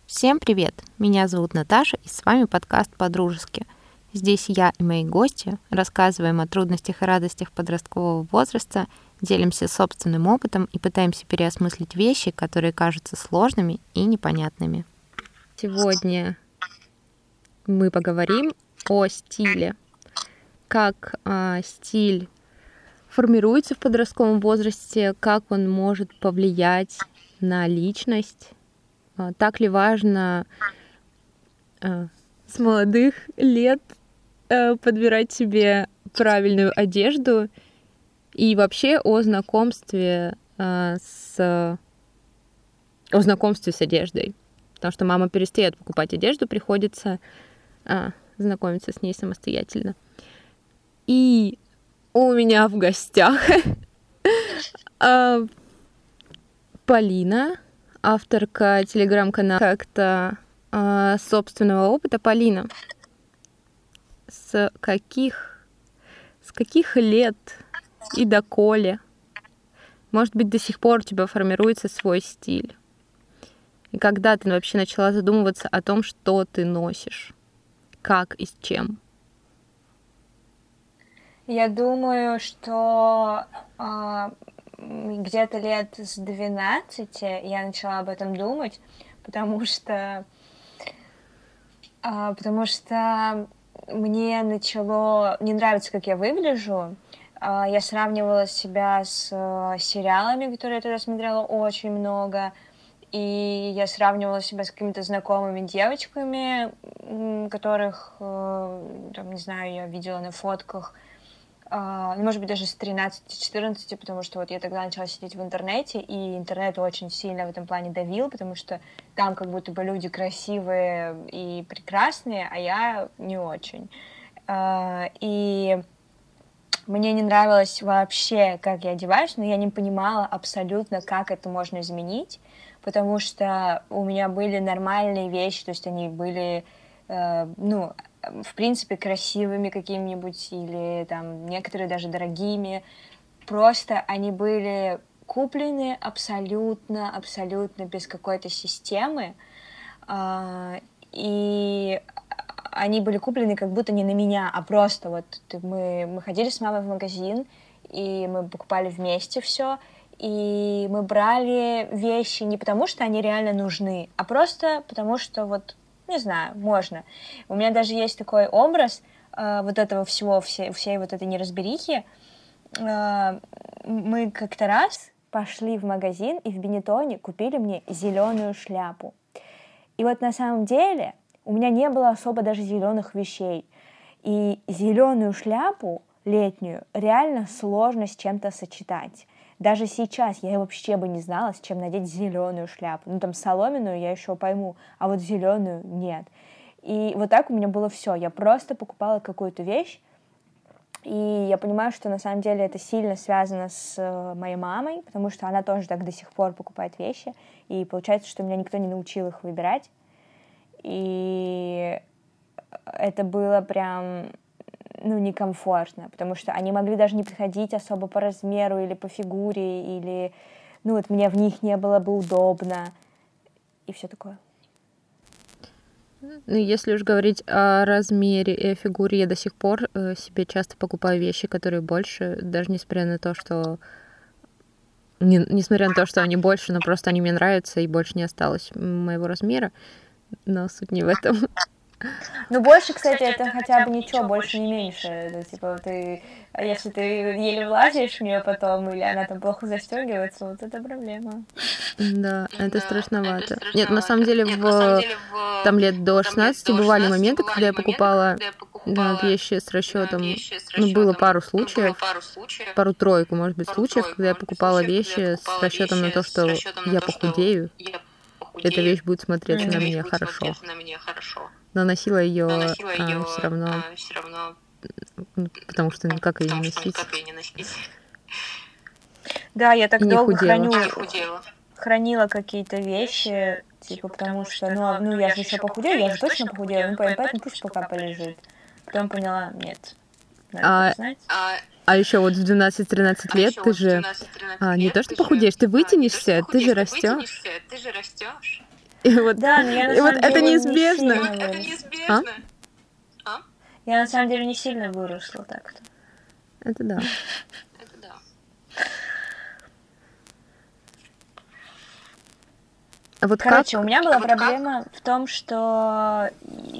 Всем привет! Меня зовут Наташа, и с вами подкаст «По-дружески». Здесь я и мои гости рассказываем о трудностях и радостях подросткового возраста, делимся собственным опытом и пытаемся переосмыслить вещи, которые кажутся сложными и непонятными. Сегодня мы поговорим о стиле. Как стиль формируется в подростковом возрасте, как он может повлиять на личность. Так ли важно с молодых лет подбирать себе правильную одежду и вообще о знакомстве с одеждой. Потому что мама перестает покупать одежду, приходится знакомиться с ней самостоятельно. И у меня в гостях Полина, авторка телеграм-канала «Как-то собственного опыта». Полина, с каких лет и доколе, может быть, до сих пор у тебя формируется свой стиль? И когда ты вообще начала задумываться о том, что ты носишь? Как и с чем? Я думаю, что где-то лет с 12 я начала об этом думать, потому что мне начало не нравиться, как я выгляжу. Я сравнивала себя с сериалами, которые я тогда смотрела очень много, и я сравнивала себя с какими-то знакомыми девочками, которых, там, не знаю, я видела на фотках, может быть, даже с 13-14, потому что вот я тогда начала сидеть в интернете, и интернет очень сильно в этом плане давил, потому что там как будто бы люди красивые и прекрасные, а я не очень. И мне не нравилось вообще, как я одеваюсь, но я не понимала абсолютно, как это можно изменить, потому что у меня были нормальные вещи, то есть они были, в принципе, красивыми какими-нибудь, или там некоторые даже дорогими. Просто они были куплены абсолютно без какой-то системы, и они были куплены как будто не на меня, а просто вот мы ходили с мамой в магазин, и мы покупали вместе все, и мы брали вещи не потому, что они реально нужны, а просто потому, что вот, не знаю, можно. У меня даже есть такой образ вот этого всего, всей вот этой неразберихи. Мы как-то раз пошли в магазин и в Бенетоне купили мне зеленую шляпу. И вот на самом деле у меня не было особо даже зеленых вещей. И зеленую шляпу летнюю реально сложно с чем-то сочетать. Даже сейчас я вообще бы не знала, с чем надеть зеленую шляпу. Ну, там, соломенную я еще пойму, а вот зеленую нет. И вот так у меня было все. Я просто покупала какую-то вещь, и я понимаю, что на самом деле это сильно связано с моей мамой, потому что она тоже так до сих пор покупает вещи, и получается, что меня никто не научил их выбирать. И это было прям, некомфортно, потому что они могли даже не подходить особо по размеру или по фигуре, или, мне в них не было бы удобно, и все такое. Если уж говорить о размере и о фигуре, я до сих пор себе часто покупаю вещи, которые больше, даже несмотря на то, что они больше, но просто они мне нравятся, и больше не осталось моего размера. Но суть не в этом. Больше, кстати, это хотя бы ничего, больше не меньше. Если ты еле влазишь в нее потом, или она там плохо застегивается, вот это проблема. Да, это страшновато. Нет, на самом деле, там лет до 16 бывали моменты, когда я покупала вещи с расчетом. Было пару случаев, пару-тройку, может быть, случаев, когда я покупала вещи с расчетом на то, что я похудею. Эта вещь будет смотреться на мне хорошо. Но носила ее все равно, потому что как ее не носить. Да, я так долго хранила какие-то вещи, потому что, я же еще похудею, я же точно похудею, поэтому пусть пока полежит. Потом поняла, нет, надо признать. А еще вот в 12-13 лет ты же не то что похудеешь, ты вытянешься, ты же растешь. И вот, Да, но я на и вот самом это деле не неизбежно. сильно выросла. Я на самом деле не сильно выросла так-то. Это да. А вот Короче, как... у меня была проблема в том, что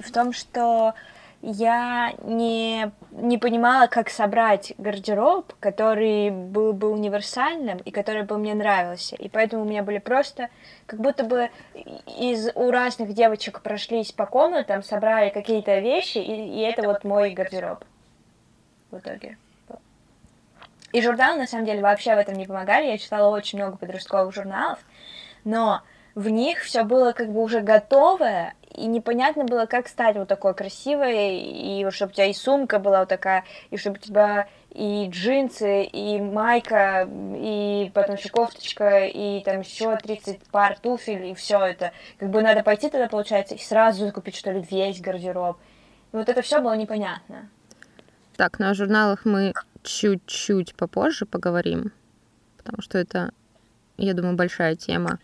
я не понимала, как собрать гардероб, который был бы универсальным и который бы мне нравился. И поэтому у меня были просто как будто бы у разных девочек прошлись по комнатам, собрали какие-то вещи, и это вот мой гардероб в итоге. И журналы, на самом деле, вообще в этом не помогали. Я читала очень много подростковых журналов, но в них все было как бы уже готовое, и непонятно было, как стать вот такой красивой, и чтобы у тебя и сумка была вот такая, и чтобы у тебя и джинсы, и майка, и потом еще кофточка, и там еще 30 пар туфель, и все это. Как бы надо пойти тогда, получается, и сразу купить, что ли, весь гардероб. И вот это все было непонятно. Так, ну о журналах мы чуть-чуть попозже поговорим, потому что это, я думаю, большая тема.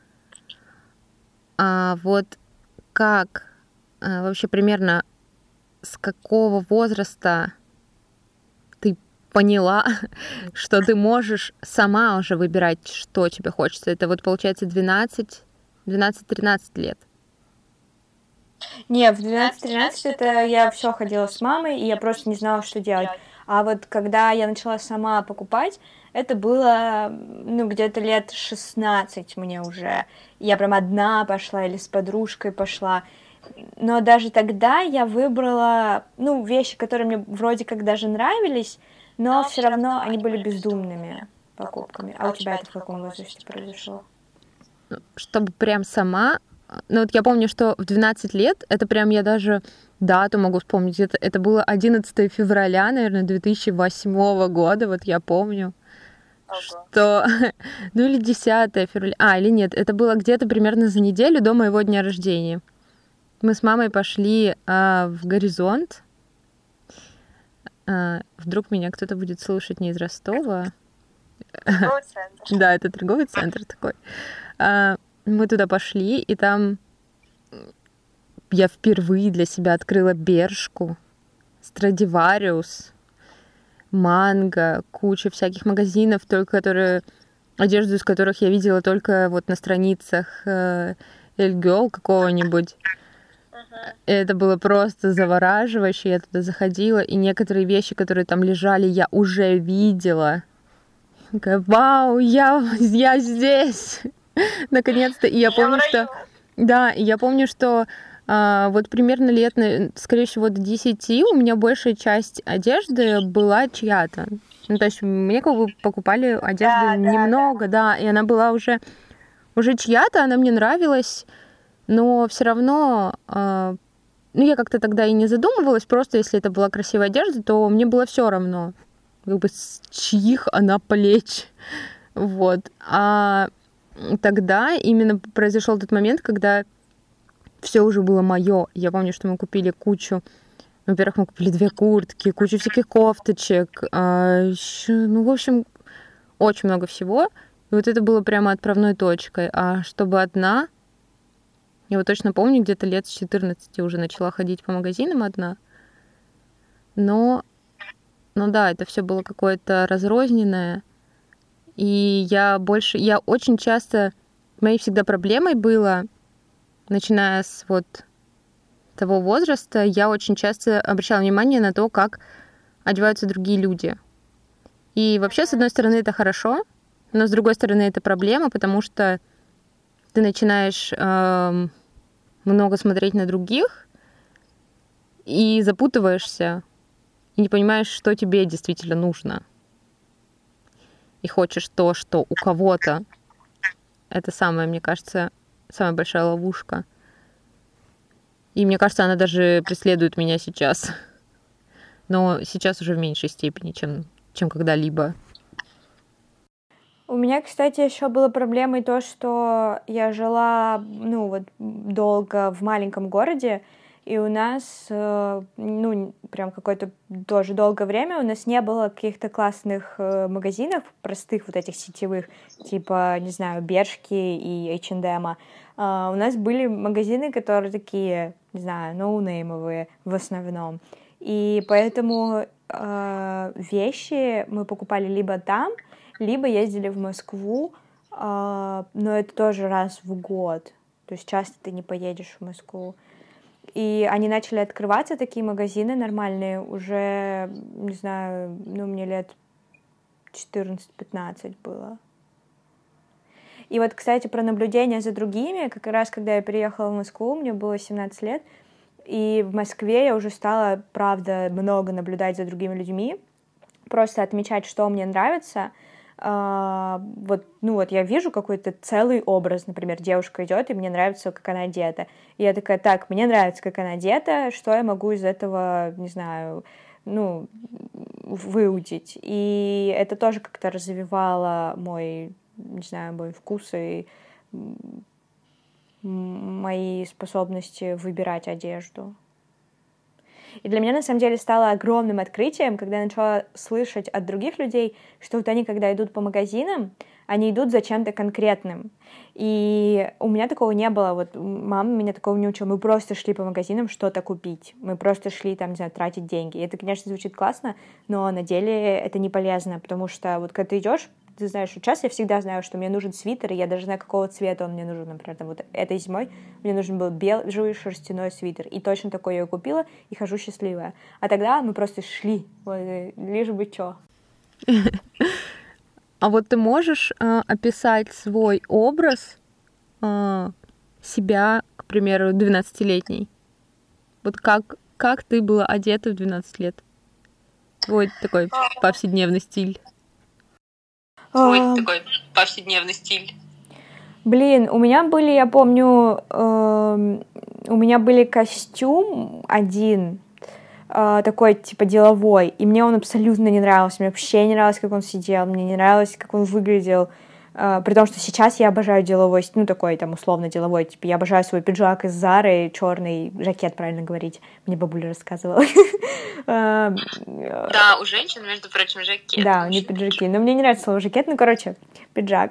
А вот как вообще примерно с какого возраста ты поняла, что ты можешь сама уже выбирать, что тебе хочется? Это вот получается 12-13 лет. Не, в 12-13 это я все ходила с мамой, и я просто не знала, что делать. А вот когда я начала сама покупать, это было, ну, где-то лет 16 мне уже. Я прям одна пошла или с подружкой пошла. Но даже тогда я выбрала, ну, вещи, которые мне вроде как даже нравились, но все равно они были бездумными покупками. А у тебя это в каком возрасте произошло? Чтобы прям сама... Ну вот я помню, что в 12 лет, это прям я даже дату могу вспомнить, это было 11 февраля, наверное, 2008 года, вот я помню, что... Ну или 10 февраля... или нет, это было где-то примерно за неделю до моего дня рождения. Мы с мамой пошли в «Горизонт». Вдруг меня кто-то будет слушать не из Ростова. Торговый центр. Да, это торговый центр такой. Мы туда пошли, и там я впервые для себя открыла Бершку, Страдивариус, Манго, куча всяких магазинов, только которые одежду из которых я видела только вот на страницах Эльгёл какого-нибудь. И это было просто завораживающе. Я туда заходила, и некоторые вещи, которые там лежали, я уже видела. Такая, вау, я здесь! Наконец-то. И я помню, что... Да, и я помню, что вот примерно лет, скорее всего, до 10 у меня большая часть одежды была чья-то. Ну, то есть мне как бы покупали одежду немного, да, и она была уже чья-то, она мне нравилась, но все равно, ну, я как-то тогда и не задумывалась, просто если это была красивая одежда, то мне было все равно, как бы с чьих она плеч, вот. А тогда именно произошел тот момент, когда все уже было мое. Я помню, что мы купили кучу. Во-первых, мы купили 2 куртки, кучу всяких кофточек. Ну, в общем, очень много всего. И вот это было прямо отправной точкой. А чтобы одна, я вот точно помню, где-то лет с 14 уже начала ходить по магазинам одна. Но да, это все было какое-то разрозненное. И я очень часто... Моей всегда проблемой было, начиная с вот того возраста, я очень часто обращала внимание на то, как одеваются другие люди. И вообще, с одной стороны, это хорошо, но с другой стороны, это проблема, потому что ты начинаешь много смотреть на других и запутываешься, и не понимаешь, что тебе действительно нужно. И хочешь то, что у кого-то. Это самая, мне кажется, самая большая ловушка. И мне кажется, она даже преследует меня сейчас. Но сейчас уже в меньшей степени, чем когда-либо. У меня, кстати, еще была проблемой то, что я жила, ну, вот, долго в маленьком городе, и у нас, прям какое-то тоже долгое время у нас не было каких-то классных магазинов, простых вот этих сетевых, типа, не знаю, Бершки и H&M. У нас были магазины, которые такие, не знаю, ноунеймовые в основном. И поэтому вещи мы покупали либо там, либо ездили в Москву, но это тоже раз в год. То есть часто ты не поедешь в Москву. И они начали открываться, такие магазины нормальные, уже, не знаю, мне лет 14-15 было. И вот, кстати, про наблюдение за другими, как раз когда я переехала в Москву, мне было 17 лет, и в Москве я уже стала, правда, много наблюдать за другими людьми, просто отмечать, что мне нравится. Вот я вижу какой-то целый образ, например, девушка идет, и мне нравится, как она одета. И я такая, так, мне нравится, как она одета, что я могу из этого, не знаю, выудить. И это тоже как-то развивало мой вкус и мои способности выбирать одежду. И для меня, на самом деле, стало огромным открытием, когда я начала слышать от других людей, что вот они, когда идут по магазинам, они идут за чем-то конкретным. И у меня такого не было. Вот мама меня такого не учила. Мы просто шли по магазинам что-то купить. Мы просто шли там, не знаю, тратить деньги. И это, конечно, звучит классно, но на деле это не полезно, потому что вот когда ты идешь, ты знаешь, сейчас я всегда знаю, что мне нужен свитер, и я даже знаю, какого цвета он мне нужен. Например, там, вот этой зимой мне нужен был бежевый шерстяной свитер. И точно такой я купила, и хожу счастливая. А тогда мы просто шли, вот, лишь бы чё. А вот ты можешь описать свой образ себя, к примеру, 12-летней? Вот как ты была одета в 12 лет? Твой такой повседневный стиль. Блин, у меня были, я помню, у меня были костюм один, такой, типа, деловой, и мне он абсолютно не нравился, мне вообще не нравилось, как он сидел, мне не нравилось, как он выглядел, при том, что сейчас я обожаю деловой, такой, там, условно деловой, типа, я обожаю свой пиджак из Зары, черный жакет, правильно говорить, мне бабуля рассказывала. Да, у женщин, между прочим, жакет. Да, у них пиджаки, но мне не нравится слово жакет, пиджак.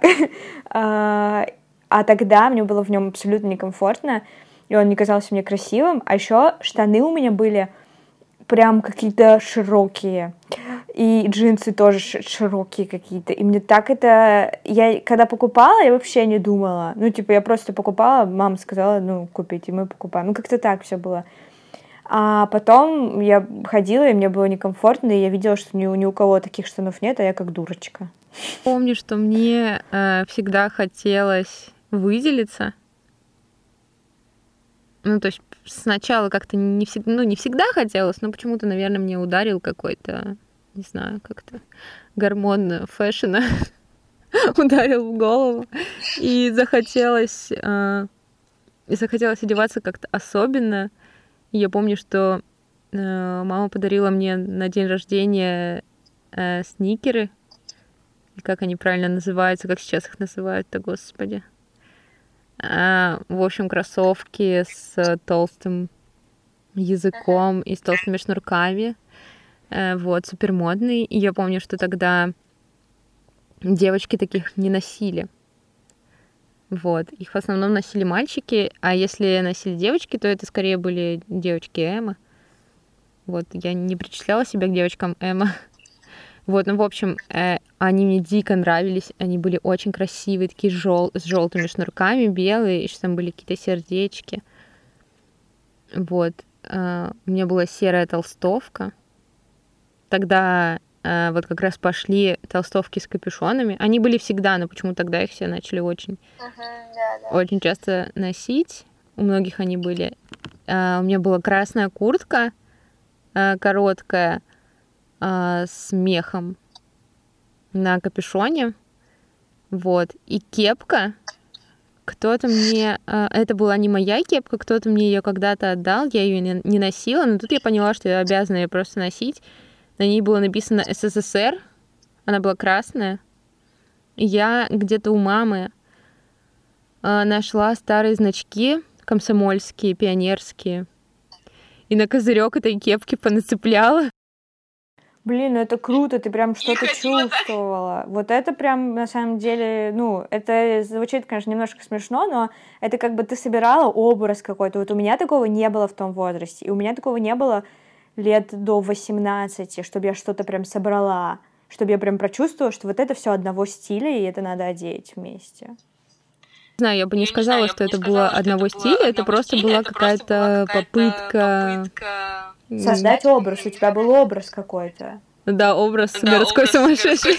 А тогда мне было в нем абсолютно некомфортно, и он не казался мне красивым, а еще штаны у меня были прям какие-то широкие, и джинсы тоже широкие какие-то, и мне так это... Я когда покупала, я вообще не думала, я просто покупала, мама сказала, купить, и мы покупаем, как-то так все было. А потом я ходила, и мне было некомфортно, и я видела, что ни у кого таких штанов нет, а я как дурочка. Помню, что мне всегда хотелось выделиться. То есть сначала как-то не всегда хотелось, но почему-то, наверное, мне ударил какой-то, не знаю, как-то гормон фэшена ударил в голову. И захотелось одеваться как-то особенно. И я помню, что мама подарила мне на день рождения сникеры. Как они правильно называются, как сейчас их называют-то, господи. В общем, кроссовки с толстым языком и с толстыми шнурками. Вот, супер модный. И я помню, что тогда девочки таких не носили. Вот, их в основном носили мальчики, а если носили девочки, то это скорее были девочки эмо. Вот, я не причисляла себя к девочкам эмо. Вот, в общем, они мне дико нравились, они были очень красивые, такие с желтыми шнурками, белые, и что там были какие-то сердечки. Вот, у меня была серая толстовка. Тогда вот как раз пошли толстовки с капюшонами. Они были всегда, но почему тогда их все начали очень часто носить. У многих они были. У меня была красная куртка короткая, с мехом на капюшоне, вот, и кепка. Кто-то мне... это была не моя кепка, кто-то мне ее когда-то отдал, я ее не носила, но тут я поняла, что я обязана ее просто носить. На ней было написано СССР, она была красная. Я где-то у мамы нашла старые значки комсомольские, пионерские, и на козырек этой кепки понацепляла. Блин, ну это круто, ты прям что-то чувствовала. Вот это прям, на самом деле, ну, это звучит, конечно, немножко смешно, но это как бы ты собирала образ какой-то. Вот у меня такого не было в том возрасте, и у меня такого не было лет до 18, чтобы я что-то прям собрала, чтобы я прям прочувствовала, что вот это все одного стиля, и это надо одеть вместе. Не знаю, я бы не сказала, что это было одного стиля, это просто была какая-то попытка создать образ, у тебя был образ какой-то. Да, образ городской сумасшедшей.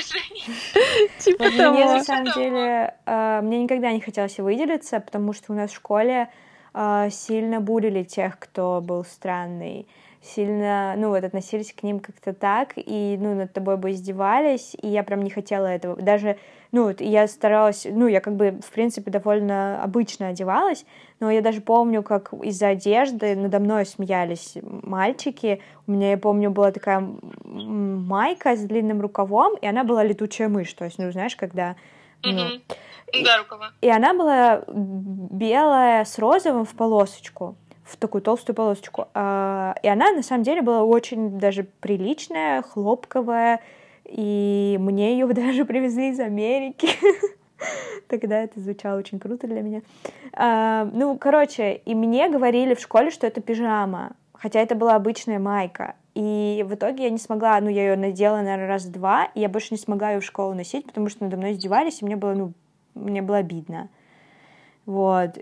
Типа того. Мне, на самом деле, мне никогда не хотелось выделиться, потому что у нас в школе сильно булили тех, кто был странный. Сильно, ну, вот, относились к ним как-то так, и, ну, над тобой бы издевались, и я прям не хотела этого. Даже, ну, вот, я старалась, ну, я как бы, в принципе, довольно обычно одевалась, но я даже помню, как из-за одежды надо мной смеялись мальчики. У меня, я помню, была такая майка с длинным рукавом, и она была летучая мышь, то есть, ну, знаешь, когда... Ну, да, рукава. И она была белая с розовым в полосочку, в такую толстую полосочку. И она, на самом деле, была очень даже приличная, хлопковая, и мне ее даже привезли из Америки. Тогда это звучало очень круто для меня. Ну, короче, и мне говорили в школе, что это пижама, хотя это была обычная майка. И в итоге я не смогла, ну, я ее надела, наверное, раз-два, и я больше не смогла ее в школу носить, потому что надо мной издевались, и мне было обидно. Вот.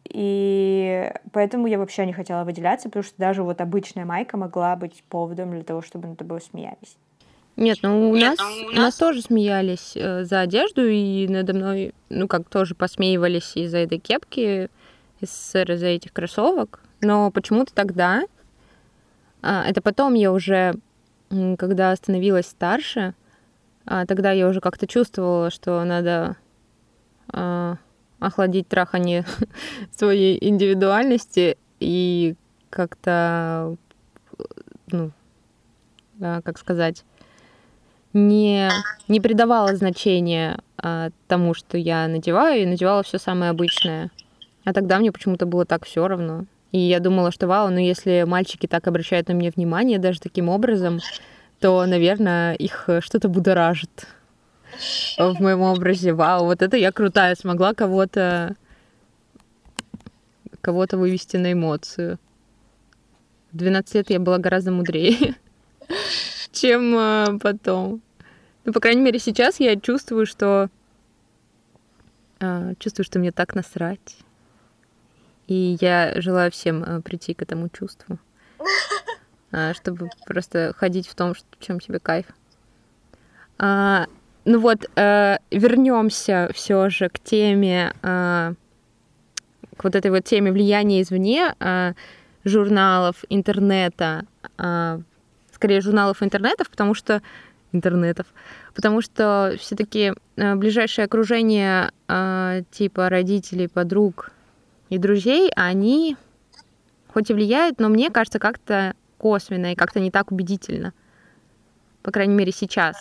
И поэтому я вообще не хотела выделяться, потому что даже вот обычная майка могла быть поводом для того, чтобы над тобой смеялись. Нет, ну у нас тоже смеялись за одежду, и надо мной, ну, как тоже посмеивались из-за этой кепки, из-за этих кроссовок. Но почему-то тогда, это потом я уже, когда становилась старше, тогда я уже как-то чувствовала, что надо охладить трахание своей индивидуальности и как-то, ну, как сказать, не придавала значения тому, что я надеваю, и надевала все самое обычное. А тогда мне почему-то было так все равно. И я думала, что вау, ну если мальчики так обращают на меня внимание даже таким образом, то, наверное, их что-то будоражит в моем образе. Вау, вот это я крутая, смогла кого-то вывести на эмоцию. В 12 лет я была гораздо мудрее, чем потом. Ну, по крайней мере, сейчас я чувствую, что мне так насрать. И я желаю всем прийти к этому чувству, чтобы просто ходить в том, в чем тебе кайф. Ну вот, вернемся все же к теме, к вот этой вот теме влияния извне, журналов, интернета, скорее журналов и интернетов, потому что все-таки ближайшее окружение типа родителей, подруг и друзей, они хоть и влияют, но мне кажется, как-то косвенно и как-то не так убедительно. По крайней мере, сейчас.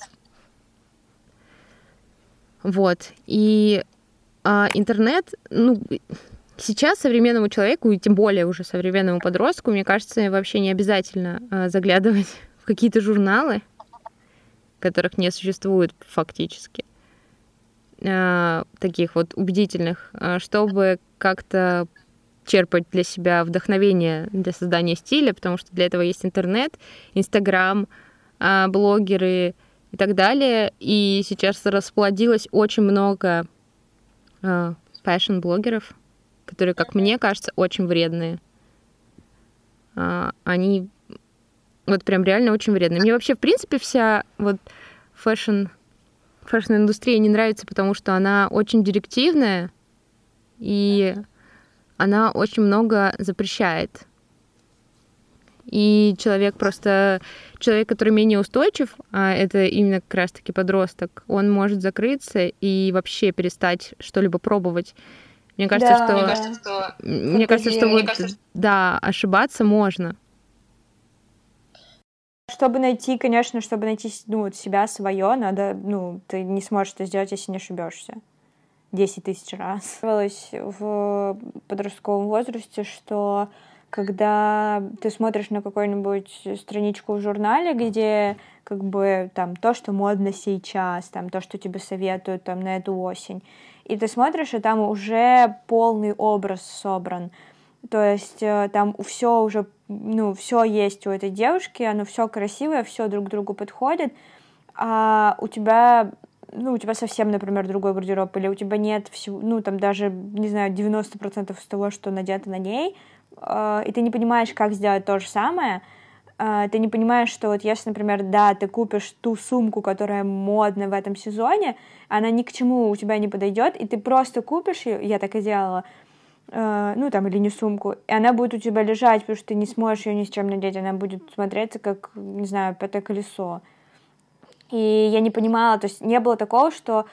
Вот. И интернет, ну, сейчас современному человеку, и тем более уже современному подростку, мне кажется, вообще не обязательно заглядывать в какие-то журналы, которых не существует фактически, таких вот убедительных, чтобы как-то черпать для себя вдохновение для создания стиля, потому что для этого есть интернет, Инстаграм, блогеры и так далее. И сейчас расплодилось очень много фэшн-блогеров, которые, как мне кажется, очень вредные. Они вот прям реально очень вредные. Мне вообще, в принципе, вся вот фэшн-индустрия не нравится, потому что она очень директивная, и она очень много запрещает. И человек, который менее устойчив, а это именно как раз-таки подросток, он может закрыться и вообще перестать что-либо пробовать. Мне кажется, что ошибаться можно. Чтобы найти себя свое, надо, ты не сможешь это сделать, если не ошибешься 10 тысяч раз. В подростковом возрасте, что когда ты смотришь на какую-нибудь страничку в журнале, где как бы там то, что модно сейчас, там то, что тебе советуют там на эту осень, и ты смотришь, и там уже полный образ собран. То есть там все уже, все есть у этой девушки, оно все красивое, все друг к другу подходит, а у тебя совсем, например, другой гардероб, или у тебя нет всего, там даже, не знаю, 90% из того, что надето на ней, и ты не понимаешь, как сделать то же самое, ты не понимаешь, что вот если, например, да, ты купишь ту сумку, которая модна в этом сезоне, она ни к чему у тебя не подойдет, и ты просто купишь ее, я так и делала, или не сумку, и она будет у тебя лежать, потому что ты не сможешь ее ни с чем надеть, она будет смотреться как, не знаю, пятое колесо. И я не понимала, то есть не было такого, что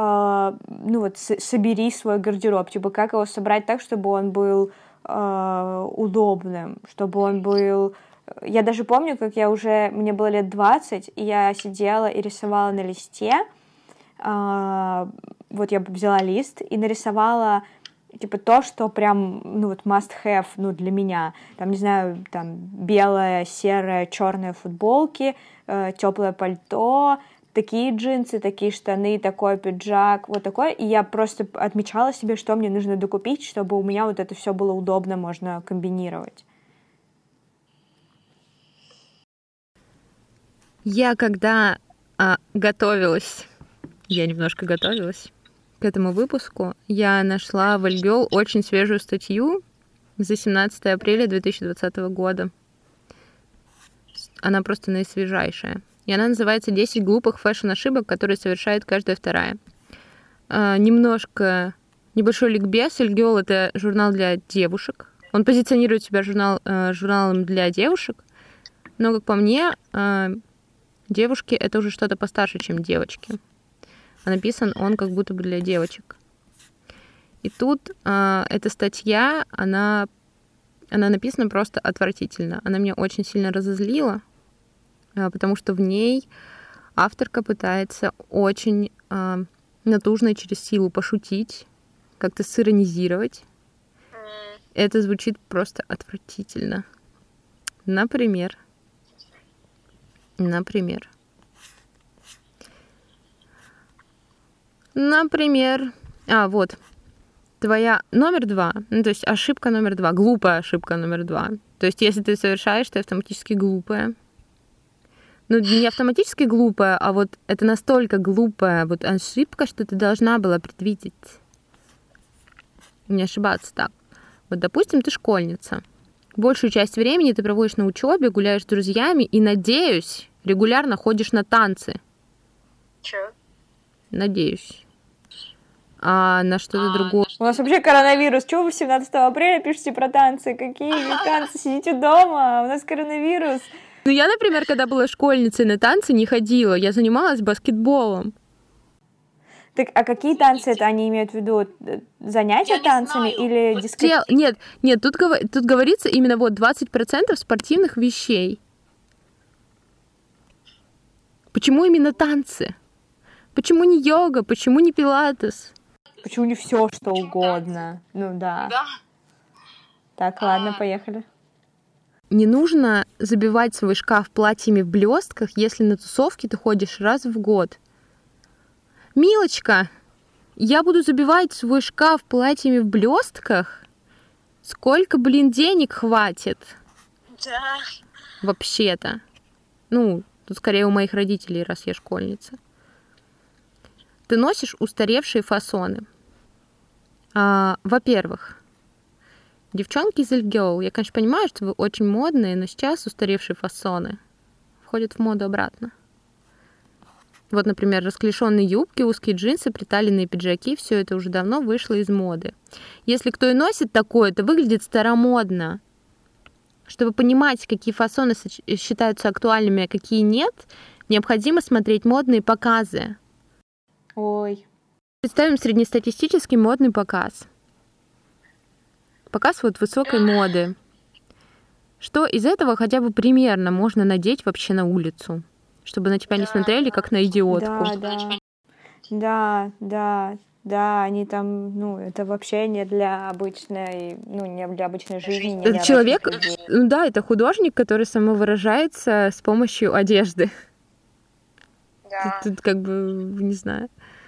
собери свой гардероб, типа как его собрать так, чтобы он был удобным, чтобы он был... Я даже помню, как мне было лет 20, и я сидела и рисовала на листе, вот я взяла лист и нарисовала типа то, что прям, must have, для меня. Там, не знаю, там белая, серая, черная футболки, теплое пальто, такие джинсы, такие штаны, такой пиджак, вот такой. И я просто отмечала себе, что мне нужно докупить, чтобы у меня вот это все было удобно, можно комбинировать. Я когда немножко готовилась к этому выпуску, я нашла в Альгёл очень свежую статью за 17 апреля 2020 года. Она просто наисвежайшая. И она называется «10 глупых фэшн-ошибок, которые совершает каждая вторая». Небольшой ликбез. Альгёл — это журнал для девушек. Он позиционирует себя журналом для девушек. Но, как по мне, девушки — это уже что-то постарше, чем девочки. А написан он как будто бы для девочек. И тут эта статья, она написана просто отвратительно. Она меня очень сильно разозлила, потому что в ней авторка пытается очень натужно и через силу пошутить, как-то сиронизировать. Это звучит просто отвратительно. Например, вот, твоя номер 2, то есть ошибка номер 2, глупая ошибка номер 2. То есть если ты совершаешь, ты автоматически глупая. Не автоматически глупая, а вот это настолько глупая вот ошибка, что ты должна была предвидеть. Не ошибаться так. Вот, допустим, ты школьница. Большую часть времени ты проводишь на учебе, гуляешь с друзьями и, надеюсь, регулярно ходишь на танцы. Чё? Надеюсь. А на что-то другое. У нас вообще коронавирус. Чего вы 17 апреля пишете про танцы? Какие танцы? Сидите дома, у нас коронавирус. Я, например, когда была школьницей, на танцы не ходила. Я занималась баскетболом. Так, а какие танцы это они имеют в виду? Занятия танцами или дискотеки? Нет, тут говорится именно вот 20% спортивных вещей. Почему именно танцы? Почему не йога? Почему не пилатес? Почему не все, что угодно? Да. Так, ладно, поехали. Не нужно забивать свой шкаф платьями в блестках, если на тусовки ты ходишь раз в год. Милочка, я буду забивать свой шкаф платьями в блестках? Сколько, денег хватит? Да. Вообще-то. Тут скорее у моих родителей, раз я школьница. Ты носишь устаревшие фасоны. Во-первых, девчонки из Альгёл, я, конечно, понимаю, что вы очень модные, но сейчас устаревшие фасоны входят в моду обратно. Вот, например, расклешенные юбки, узкие джинсы, приталенные пиджаки, все это уже давно вышло из моды. Если кто и носит такое, это выглядит старомодно. Чтобы понимать, какие фасоны считаются актуальными, а какие нет, необходимо смотреть модные показы. Ой. Представим среднестатистический модный показ. Показ вот высокой моды. Что из этого хотя бы примерно можно надеть вообще на улицу, чтобы на тебя не смотрели как на идиотку? Да. Да, они там, ну, это вообще не для обычной, ну, не для обычной жизни, не для Человек, обычных людей. да, это художник, который самовыражается с помощью одежды. Да. Тут как бы, не знаю.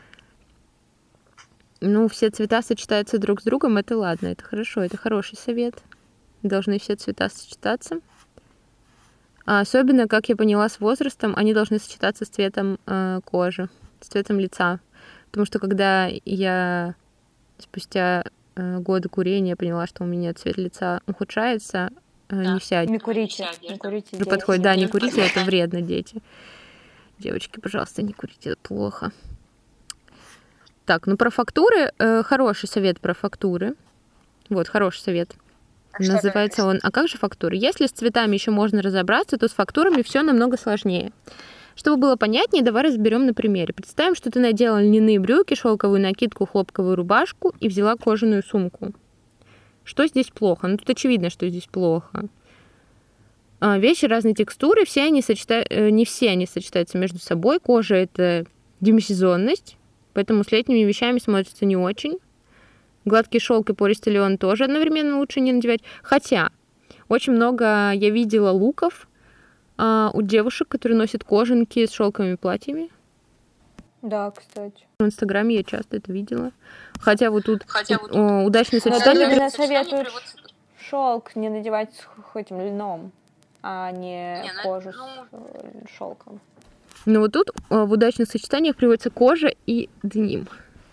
Ну, все цвета сочетаются друг с другом, это ладно, это хорошо, это хороший совет. Должны все цвета сочетаться. А особенно, как я поняла, с возрастом, они должны сочетаться с цветом кожи, с цветом лица. Потому что когда я спустя годы курения поняла, что у меня цвет лица ухудшается, не вся Не курите, не курите, дети. подходит. Да, не курите, это вредно, дети. Девочки, пожалуйста, не курите, это плохо. Так, ну про фактуры, хороший совет про фактуры. Вот, хороший совет. Называется он «А как же фактуры?». Если с цветами еще можно разобраться, то с фактурами все намного сложнее. Чтобы было понятнее, давай разберем на примере. Представим, что ты надела льняные брюки, шелковую накидку, хлопковую рубашку и взяла кожаную сумку. Что здесь плохо? Ну, тут очевидно, что здесь плохо. Вещи разной текстуры, не все они сочетаются между собой. Кожа — это демисезонность, поэтому с летними вещами смотрится не очень. Гладкий шелк и пористый лен тоже одновременно лучше не надевать. Хотя очень много я видела луков у девушек, которые носят кожанки с шелковыми платьями. Да, кстати. В Инстаграме я часто это видела. Хотя вот тут удачное сочетание. Именно советуют шелк не надевать с этим льном, а не кожу с шелком. Но вот тут в удачных сочетаниях приводится кожа и деним.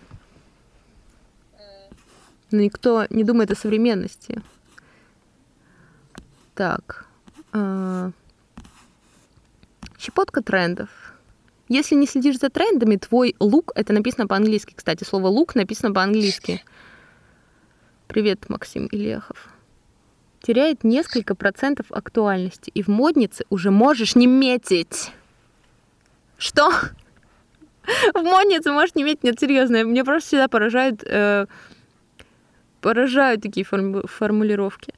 Но никто не думает о современности. Так. Щепотка трендов. Если не следишь за трендами, твой лук, это написано по-английски, кстати, слово лук написано по-английски. Привет, Максим Ильяхов. Теряет несколько процентов актуальности, и в моднице уже можешь не метить. Что? В моднице можешь не метить? Нет, серьезно, мне просто всегда поражают такие формулировки.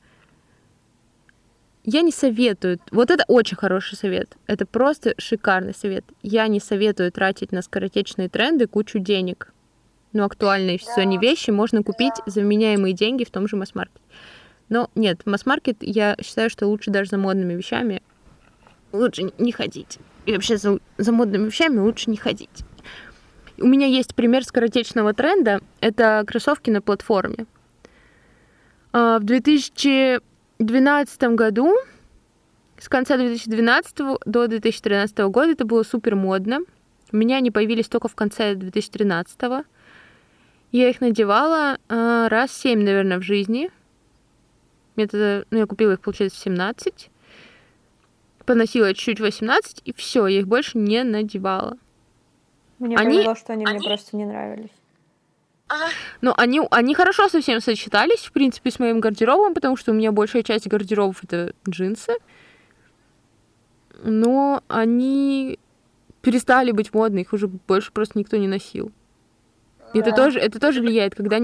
Я не советую. Вот это очень хороший совет. Это просто шикарный совет. Я не советую тратить на скоротечные тренды кучу денег. Но актуальные в сезоне вещи можно купить за вменяемые деньги в том же масс-маркете. Но нет, в масс-маркет я считаю, что лучше даже за модными вещами лучше не ходить. И вообще за модными вещами лучше не ходить. У меня есть пример скоротечного тренда. Это кроссовки на платформе. В 2012 году, с конца 2012 до 2013 года это было супер модно. У меня они появились только в конце 2013. Я их надевала раз 7, наверное, в жизни. Я купила их, получается, в 17. Поносила чуть-чуть в 18, и все, я их больше не надевала. Мне повезло, что они мне просто не нравились. Но они хорошо совсем сочетались, в принципе, с моим гардеробом, потому что у меня большая часть гардеробов — это джинсы. Но они перестали быть модными, их уже больше просто никто не носил. И это тоже влияет, когда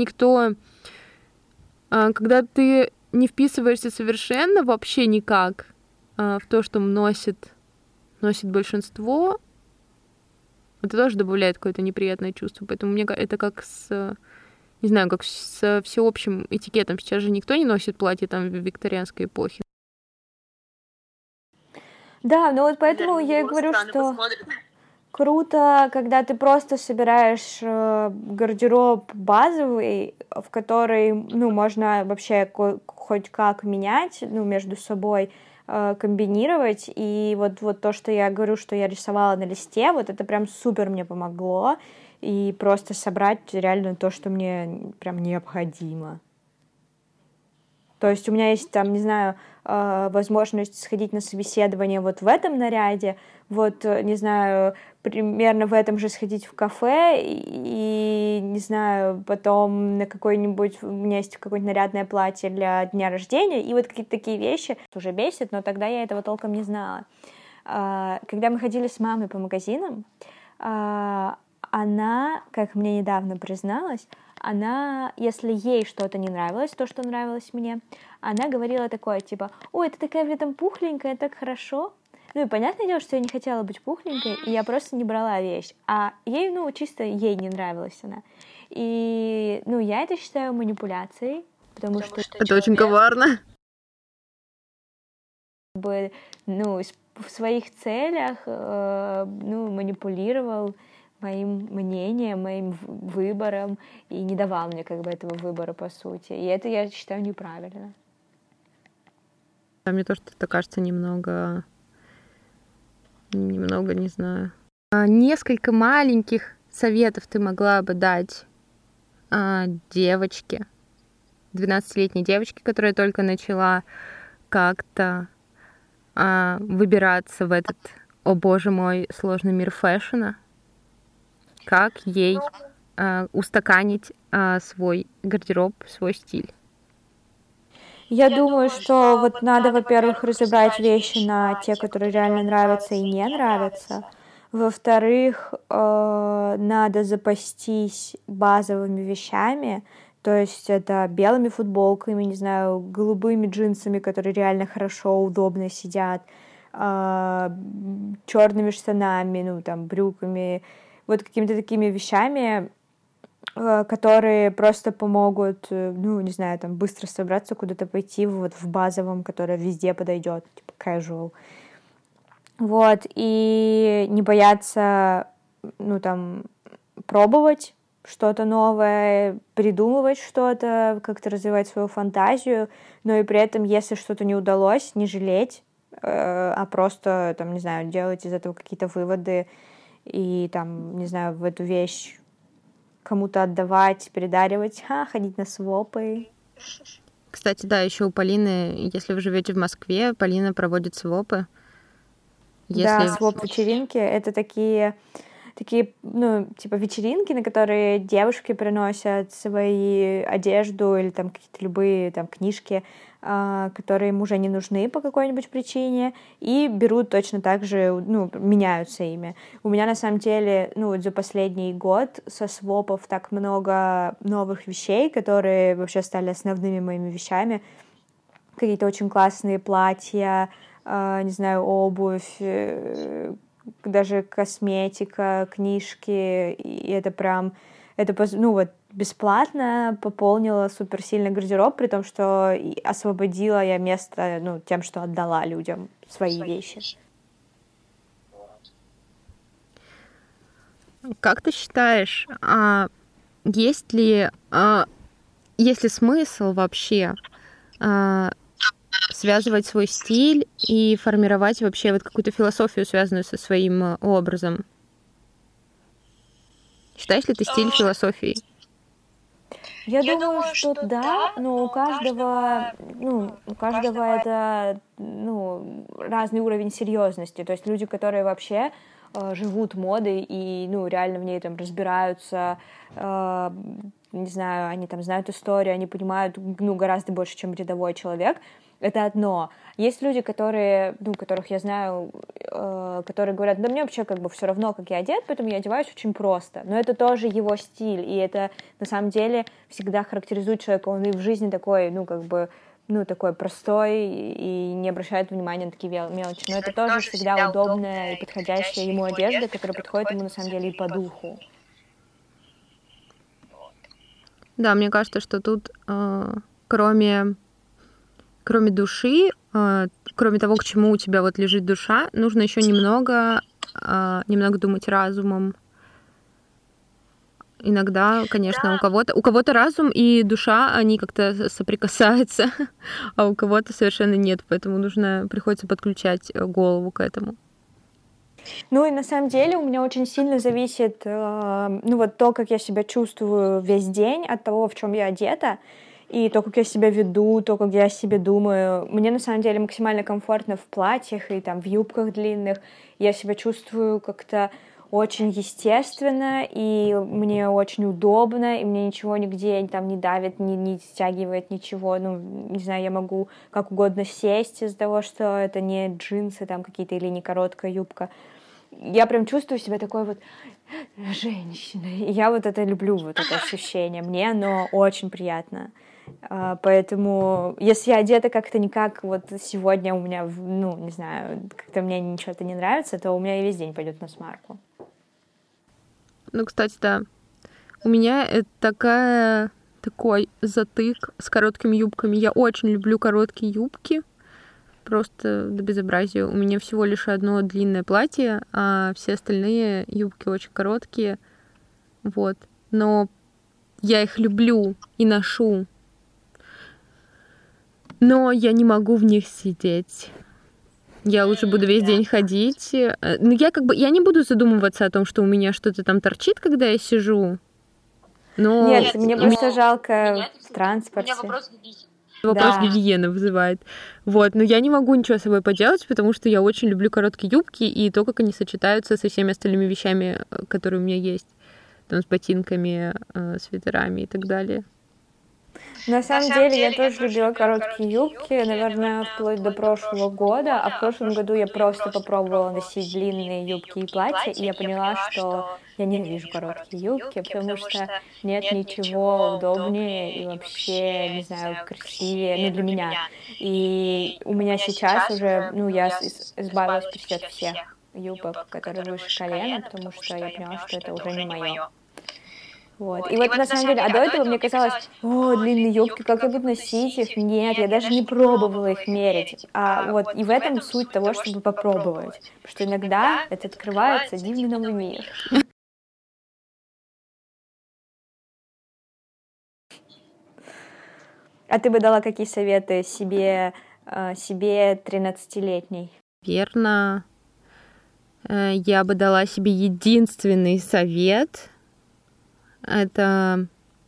ты не вписываешься совершенно вообще никак в то, что носит большинство, это тоже добавляет какое-то неприятное чувство. Поэтому мне это как с всеобщим этикетом. Сейчас же никто не носит платье там в викторианской эпохе. Да, ну вот поэтому я и говорю, что круто, когда ты просто собираешь гардероб базовый, в который, можно вообще хоть как менять, между собой, комбинировать, и вот то, что я говорю, что я рисовала на листе, вот это прям супер мне помогло, и просто собрать реально то, что мне прям необходимо. То есть у меня есть там, возможность сходить на собеседование вот в этом наряде, примерно в этом же сходить в кафе и, потом на какой-нибудь, у меня есть какое-нибудь нарядное платье для дня рождения, и вот какие-то такие вещи уже бесит, но тогда я этого толком не знала. Когда мы ходили с мамой по магазинам, она, как мне недавно призналась, если ей что-то не нравилось, то, что нравилось мне, она говорила такое, типа, ой, ты такая при этом пухленькая, так хорошо. Ну и понятное дело, что я не хотела быть пухленькой, и я просто не брала вещь. А ей, чисто ей не нравилась она. И, я это считаю манипуляцией, потому что Это очень коварно. в своих целях, манипулировал моим мнением, моим выбором и не давал мне этого выбора, по сути. И это я считаю неправильно. Да, мне тоже это кажется немного, не знаю. Несколько маленьких советов ты могла бы дать девочке, 12-летней девочке, которая только начала как-то выбираться в этот, о боже мой, сложный мир фэшена. Как ей устаканить свой гардероб, свой стиль? Я думаю, что надо, во-первых, разобрать вещи на те, которые реально нравятся и не нравятся. Во-вторых, надо запастись базовыми вещами, то есть это белыми футболками, не знаю, голубыми джинсами, которые реально хорошо, удобно сидят, черными штанами, брюками, какими-то такими вещами, которые просто помогут, не знаю, быстро собраться, куда-то пойти, в базовом, которое везде подойдет, типа casual. И не бояться, пробовать что-то новое, придумывать что-то, как-то развивать свою фантазию, но и при этом, если что-то не удалось, не жалеть, а просто, не знаю, делать из этого какие-то выводы и, не знаю, в эту вещь кому-то отдавать, передаривать, ходить на свопы. Кстати, да, еще у Полины, если вы живете в Москве, Полина проводит свопы. Да, своп-вечеринки — это такие, вечеринки, на которые девушки приносят свои одежду или какие-то любые книжки, которые им уже не нужны по какой-нибудь причине, и берут точно так же, меняются ими. У меня, на самом деле, за последний год со свопов так много новых вещей, которые вообще стали основными моими вещами. Какие-то очень классные платья, не знаю, обувь, даже косметика, книжки, и это прям, бесплатно пополнила суперсильно гардероб, при том, что освободила я место, тем, что отдала людям свои вещи. Как ты считаешь, есть ли смысл вообще связывать свой стиль и формировать вообще какую-то философию, связанную со своим образом? Считаешь ли ты стиль философией? Я думаю, что да, но у каждого это, разный уровень серьезности. То есть люди, которые вообще живут модой и, реально в ней разбираются, не знаю, они знают историю, они понимают, гораздо больше, чем рядовой человек. Это одно. Есть люди, которых я знаю, которые говорят, да мне вообще все равно, как я одет, поэтому я одеваюсь очень просто. Но это тоже его стиль, и это на самом деле всегда характеризует человека. Он и в жизни такой, такой простой и не обращает внимания на такие мелочи. Но это тоже всегда удобная и подходящая ему одежда, которая подходит ему на самом деле и по духу. Да, мне кажется, что тут кроме души, кроме того, к чему у тебя лежит душа, нужно еще немного думать разумом. Иногда, конечно, у кого-то разум и душа, они как-то соприкасаются, а у кого-то совершенно нет, поэтому приходится подключать голову к этому. И на самом деле у меня очень сильно зависит, то, как я себя чувствую весь день, от того, в чем я одета, и то, как я себя веду, то, как я о себе думаю. Мне, на самом деле, максимально комфортно в платьях и в юбках длинных. Я себя чувствую как-то очень естественно, и мне очень удобно, и мне ничего нигде не давит, не стягивает ничего. Не знаю, я могу как угодно сесть из-за того, что это не джинсы какие-то или не короткая юбка. Я прям чувствую себя такой женщиной. И я это люблю, это ощущение. Мне оно очень приятно. Поэтому, если я одета как-то не как вот сегодня у меня, ну, не знаю, как-то мне ничего-то не нравится, то у меня и весь день пойдет на смарку. Ну, кстати, да. У меня это такой затык с короткими юбками. Я очень люблю короткие юбки. Просто до безобразия. У меня всего лишь одно длинное платье, а все остальные юбки очень короткие. Вот. Но я их люблю и ношу. Но я не могу в них сидеть. Я лучше буду весь день ходить. Но я не буду задумываться о том, что у меня что-то там торчит, когда я сижу. Но Нет, мне просто жалко в транспорте. Вопрос гигиены вызывает. Вот, но я не могу ничего с собой поделать, потому что я очень люблю короткие юбки и то, как они сочетаются со всеми остальными вещами, которые у меня есть. Там с ботинками, свитерами и так далее. На самом деле, я тоже любила короткие юбки, наверное, вплоть до прошлого года, а в прошлом году я просто попробовала носить длинные юбки и платья, и я поняла, что я ненавижу короткие юбки, потому что нет ничего удобнее и вообще, не знаю, красивее, ну, для меня. И у меня сейчас уже, ну, я избавилась почти от всех юбок, которые выше колена, потому что я поняла, что это уже не мое. Вот. И вот на самом деле, а до этого мне казалось, длинные юбки, как я буду носить их? Нет, я даже не пробовала их мерить. А вот и в этом суть того, чтобы попробовать. Потому что иногда это открывается дивный новый мир. А ты бы дала какие советы себе 13-летней? Верно. Я бы дала себе единственный совет — это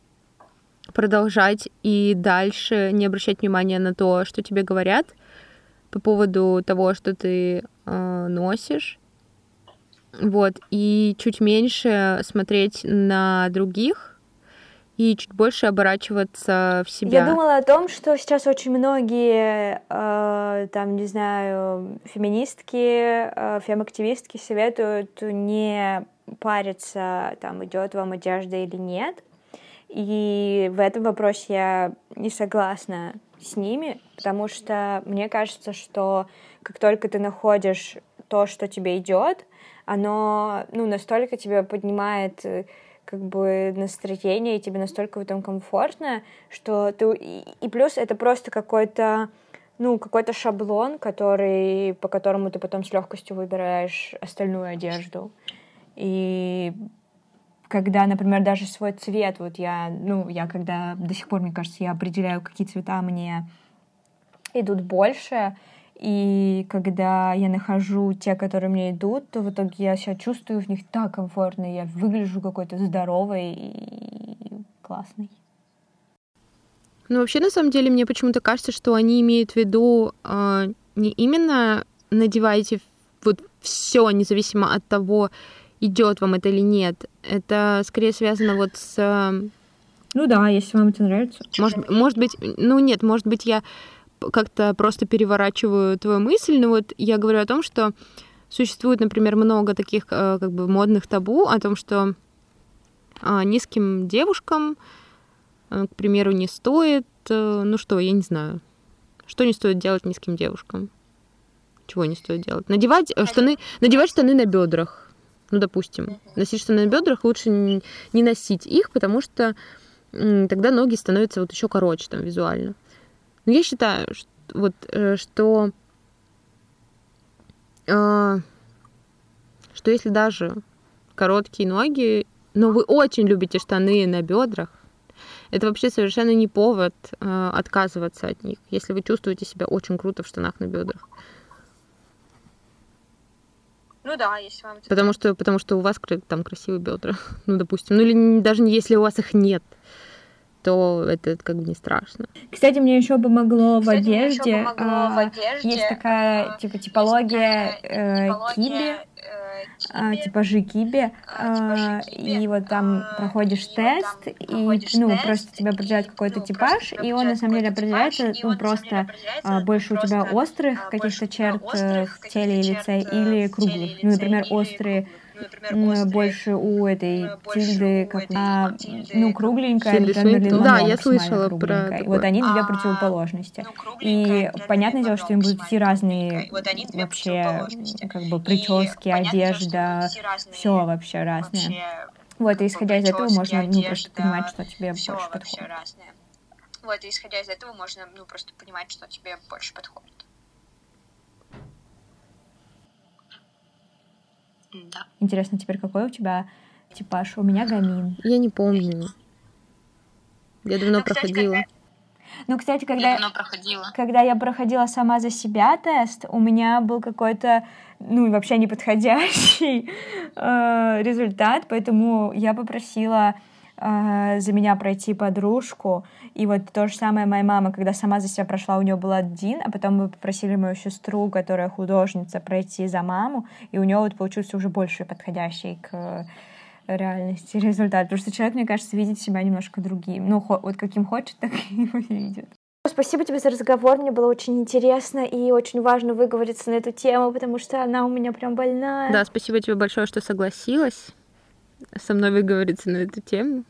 продолжать и дальше не обращать внимания на то, что тебе говорят по поводу того, что ты носишь. Вот. И чуть меньше смотреть на других и чуть больше оборачиваться в себя. Я думала о том, что сейчас очень многие, там, не знаю, феминистки, фем-активистки советуют не париться, там, идет вам одежда или нет. И в этом вопросе я не согласна с ними, потому что мне кажется, что как только ты находишь то, что тебе идет, оно, ну, настолько тебя поднимает как бы настроение, и тебе настолько в этом комфортно, что ты... И плюс это просто какой-то шаблон, по которому ты потом с легкостью выбираешь остальную одежду. И когда, например, даже свой цвет, вот я когда до сих пор, мне кажется, я определяю, какие цвета мне идут больше, и когда я нахожу те, которые мне идут, то в итоге я себя чувствую в них так комфортно, я выгляжу какой-то здоровой и классной. Ну, вообще, на самом деле, мне почему-то кажется, что они имеют в виду не именно надевайте вот все, независимо от того, идет вам это или нет. Это скорее связано вот с... Ну да, если вам это нравится. Может быть, я как-то просто переворачиваю твою мысль, но вот я говорю о том, что существует, например, много таких как бы модных табу о том, что низким девушкам, к примеру, не стоит... я не знаю. Что не стоит делать низким девушкам? Чего не стоит делать? Надевать штаны на бедрах. Ну, допустим, носить штаны на бедрах лучше не носить их, потому что тогда ноги становятся вот еще короче там визуально. Но я считаю, что если даже короткие ноги, но вы очень любите штаны на бедрах, это вообще совершенно не повод отказываться от них, если вы чувствуете себя очень круто в штанах на бедрах. Ну да, если вам... Потому что у вас там красивые бедра, ну, допустим. Ну, или даже если у вас их нет, то это как бы не страшно. Кстати, мне еще помогло в одежде. Есть такая типология киби, типажи киби, и вот там проходишь тест, и просто тебя определяет какой-то типаж, и он на самом деле определяется, просто больше у тебя острых каких-то черт в теле и лице или круглых. Ну, например, острые больше у этой Тильды, как кругленькая, Тильды например, Свинтон. Мерлин Да, Монро я максимально слышала про кругленькая. И такое. вот они две противоположности. И понятное дело, что им будут идти разные вообще как бы прически, одежда, все вообще разное. Вот, и исходя из этого можно просто понимать, что тебе больше подходит. Вот, и исходя из этого можно, просто понимать, что тебе больше подходит. Да. Интересно, теперь какой у тебя типаж? У меня гамин. Я не помню. Я давно проходила. Кстати, когда я проходила сама за себя тест, у меня был какой-то, вообще неподходящий результат, поэтому я попросила за меня пройти подружку, и вот то же самое моя мама, когда сама за себя прошла, у нее был 1, а потом мы попросили мою сестру, которая художница, пройти за маму, и у нее вот получился уже больше подходящий к реальности результат, потому что человек, мне кажется, видит себя немножко другим, вот каким хочет, так и его видит. Спасибо тебе за разговор, мне было очень интересно и очень важно выговориться на эту тему, потому что она у меня прям больная. Да, спасибо тебе большое, что согласилась со мной выговориться на эту тему.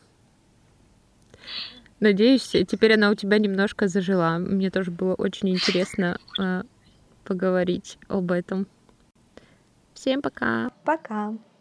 Надеюсь, теперь она у тебя немножко зажила. Мне тоже было очень интересно поговорить об этом. Всем пока! Пока!